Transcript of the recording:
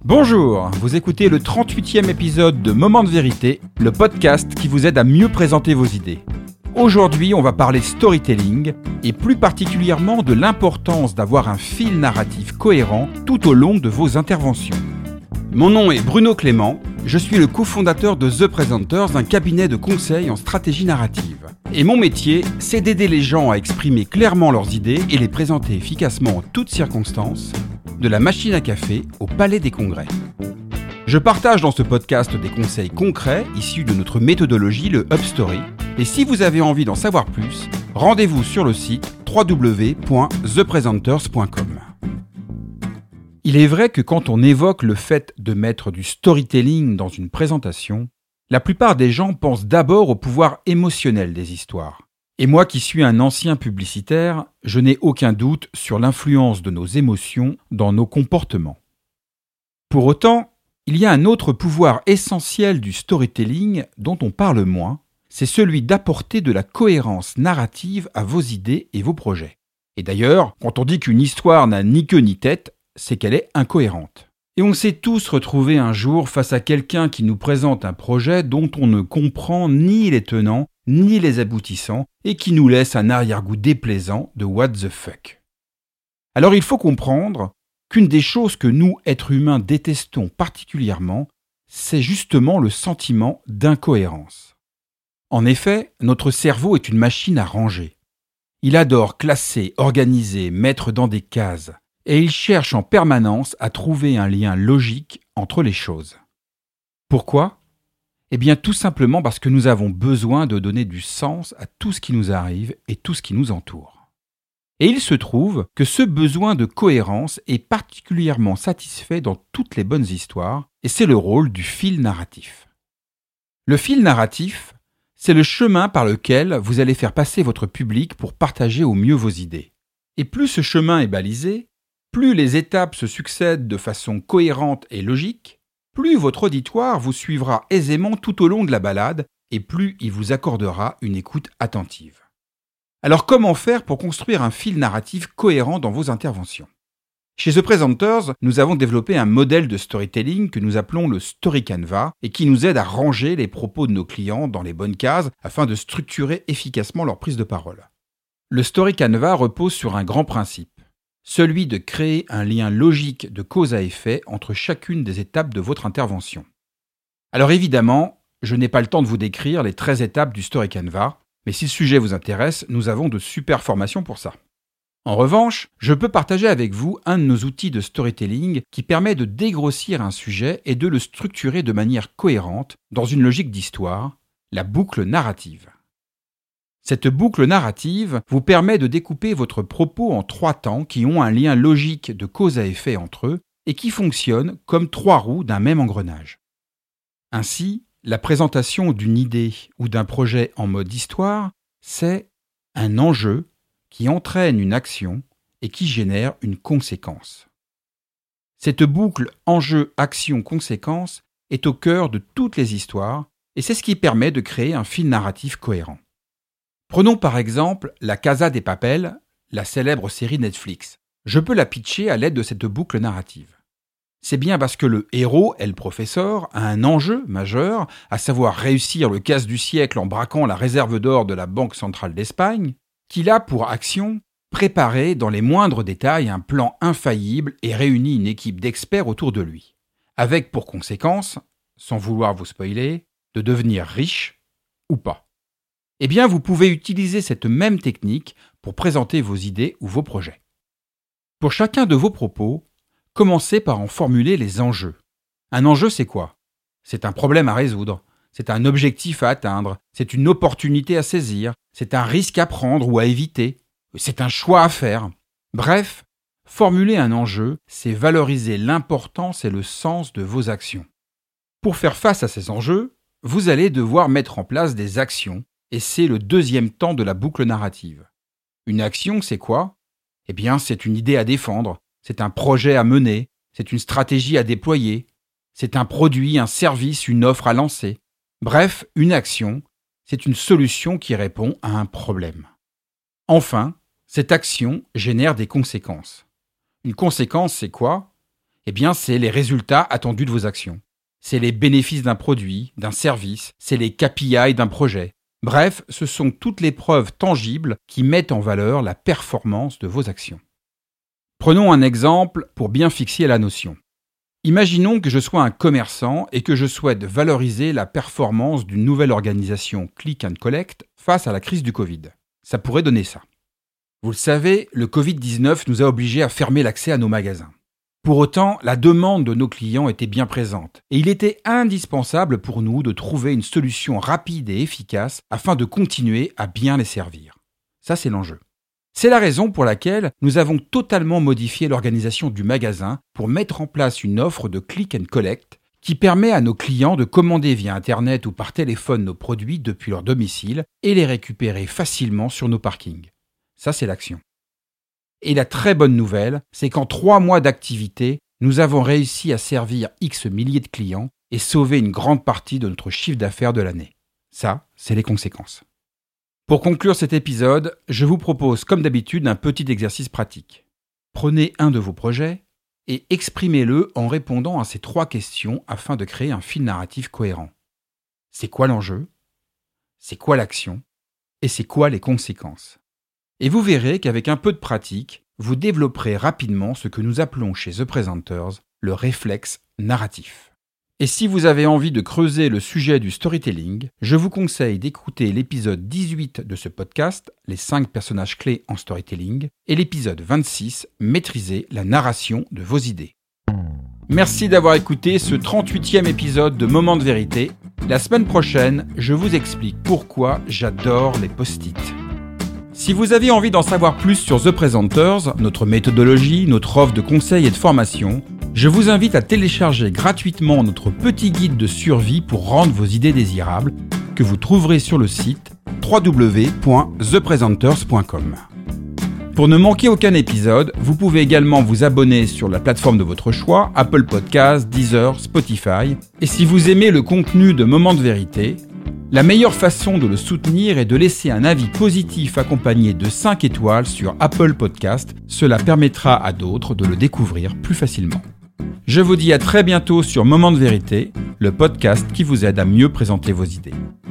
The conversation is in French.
Bonjour, vous écoutez le 38e épisode de Moment de vérité, le podcast qui vous aide à mieux présenter vos idées. Aujourd'hui, on va parler storytelling et plus particulièrement de l'importance d'avoir un fil narratif cohérent tout au long de vos interventions. Mon nom est Bruno Clément, je suis le cofondateur de The Presenters, un cabinet de conseil en stratégie narrative. Et mon métier, c'est d'aider les gens à exprimer clairement leurs idées et les présenter efficacement en toutes circonstances, de la machine à café au palais des congrès. Je partage dans ce podcast des conseils concrets issus de notre méthodologie, le UpStory. Et si vous avez envie d'en savoir plus, rendez-vous sur le site www.thepresenters.com. Il est vrai que quand on évoque le fait de mettre du storytelling dans une présentation, la plupart des gens pensent d'abord au pouvoir émotionnel des histoires. Et moi qui suis un ancien publicitaire, je n'ai aucun doute sur l'influence de nos émotions dans nos comportements. Pour autant, il y a un autre pouvoir essentiel du storytelling dont on parle moins, c'est celui d'apporter de la cohérence narrative à vos idées et vos projets. Et d'ailleurs, quand on dit qu'une histoire n'a ni queue ni tête, c'est qu'elle est incohérente. Et on s'est tous retrouvés un jour face à quelqu'un qui nous présente un projet dont on ne comprend ni les tenants, ni les aboutissants, et qui nous laisse un arrière-goût déplaisant de what the fuck. Alors il faut comprendre qu'une des choses que nous, êtres humains, détestons particulièrement, c'est justement le sentiment d'incohérence. En effet, notre cerveau est une machine à ranger. Il adore classer, organiser, mettre dans des cases, et il cherche en permanence à trouver un lien logique entre les choses. Pourquoi ? Eh bien tout simplement parce que nous avons besoin de donner du sens à tout ce qui nous arrive et tout ce qui nous entoure. Et il se trouve que ce besoin de cohérence est particulièrement satisfait dans toutes les bonnes histoires, et c'est le rôle du fil narratif. Le fil narratif, c'est le chemin par lequel vous allez faire passer votre public pour partager au mieux vos idées. Et plus ce chemin est balisé, plus les étapes se succèdent de façon cohérente et logique, plus votre auditoire vous suivra aisément tout au long de la balade et plus il vous accordera une écoute attentive. Alors comment faire pour construire un fil narratif cohérent dans vos interventions ? Chez The Presenters, nous avons développé un modèle de storytelling que nous appelons le Story Canvas et qui nous aide à ranger les propos de nos clients dans les bonnes cases afin de structurer efficacement leur prise de parole. Le Story Canvas repose sur un grand principe, celui de créer un lien logique de cause à effet entre chacune des étapes de votre intervention. Alors évidemment, je n'ai pas le temps de vous décrire les 13 étapes du Story Canvas, mais si le sujet vous intéresse, nous avons de super formations pour ça. En revanche, je peux partager avec vous un de nos outils de storytelling qui permet de dégrossir un sujet et de le structurer de manière cohérente dans une logique d'histoire, la boucle narrative. Cette boucle narrative vous permet de découper votre propos en 3 temps qui ont un lien logique de cause à effet entre eux et qui fonctionnent comme 3 roues d'un même engrenage. Ainsi, la présentation d'une idée ou d'un projet en mode histoire, c'est un enjeu qui entraîne une action et qui génère une conséquence. Cette boucle enjeu-action-conséquence est au cœur de toutes les histoires et c'est ce qui permet de créer un fil narratif cohérent. Prenons par exemple La Casa de Papel, la célèbre série Netflix. Je peux la pitcher à l'aide de cette boucle narrative. C'est bien parce que le héros, El Professor, a un enjeu majeur, à savoir réussir le casse du siècle en braquant la réserve d'or de la Banque centrale d'Espagne, qu'il a pour action préparé dans les moindres détails un plan infaillible et réuni une équipe d'experts autour de lui, avec pour conséquence, sans vouloir vous spoiler, de devenir riche ou pas. Eh bien, vous pouvez utiliser cette même technique pour présenter vos idées ou vos projets. Pour chacun de vos propos, commencez par en formuler les enjeux. Un enjeu, c'est quoi ? C'est un problème à résoudre, c'est un objectif à atteindre, c'est une opportunité à saisir, c'est un risque à prendre ou à éviter, c'est un choix à faire. Bref, formuler un enjeu, c'est valoriser l'importance et le sens de vos actions. Pour faire face à ces enjeux, vous allez devoir mettre en place des actions. Et c'est le 2e temps de la boucle narrative. Une action, c'est quoi ? Eh bien, c'est une idée à défendre, c'est un projet à mener, c'est une stratégie à déployer, c'est un produit, un service, une offre à lancer. Bref, une action, c'est une solution qui répond à un problème. Enfin, cette action génère des conséquences. Une conséquence, c'est quoi ? C'est les résultats attendus de vos actions. C'est les bénéfices d'un produit, d'un service, c'est les KPI d'un projet. Bref, ce sont toutes les preuves tangibles qui mettent en valeur la performance de vos actions. Prenons un exemple pour bien fixer la notion. Imaginons que je sois un commerçant et que je souhaite valoriser la performance d'une nouvelle organisation Click and Collect face à la crise du Covid. Ça pourrait donner ça. Vous le savez, le Covid-19 nous a obligés à fermer l'accès à nos magasins. Pour autant, la demande de nos clients était bien présente et il était indispensable pour nous de trouver une solution rapide et efficace afin de continuer à bien les servir. Ça, c'est l'enjeu. C'est la raison pour laquelle nous avons totalement modifié l'organisation du magasin pour mettre en place une offre de Click and Collect qui permet à nos clients de commander via Internet ou par téléphone nos produits depuis leur domicile et les récupérer facilement sur nos parkings. Ça, c'est l'action. Et la très bonne nouvelle, c'est qu'en 3 mois d'activité, nous avons réussi à servir X milliers de clients et sauver une grande partie de notre chiffre d'affaires de l'année. Ça, c'est les conséquences. Pour conclure cet épisode, je vous propose comme d'habitude un petit exercice pratique. Prenez un de vos projets et exprimez-le en répondant à ces 3 questions afin de créer un fil narratif cohérent. C'est quoi l'enjeu ? C'est quoi l'action ? Et c'est quoi les conséquences ? Et vous verrez qu'avec un peu de pratique, vous développerez rapidement ce que nous appelons chez The Presenters le réflexe narratif. Et si vous avez envie de creuser le sujet du storytelling, je vous conseille d'écouter l'épisode 18 de ce podcast, les 5 personnages clés en storytelling, et l'épisode 26, maîtriser la narration de vos idées. Merci d'avoir écouté ce 38e épisode de Moment de vérité. La semaine prochaine, je vous explique pourquoi j'adore les post-it. Si vous avez envie d'en savoir plus sur The Presenters, notre méthodologie, notre offre de conseils et de formation, je vous invite à télécharger gratuitement notre petit guide de survie pour rendre vos idées désirables, que vous trouverez sur le site www.thepresenters.com. Pour ne manquer aucun épisode, vous pouvez également vous abonner sur la plateforme de votre choix, Apple Podcasts, Deezer, Spotify. Et si vous aimez le contenu de Moment de vérité, la meilleure façon de le soutenir est de laisser un avis positif accompagné de 5 étoiles sur Apple Podcasts. Cela permettra à d'autres de le découvrir plus facilement. Je vous dis à très bientôt sur Moment de vérité, le podcast qui vous aide à mieux présenter vos idées.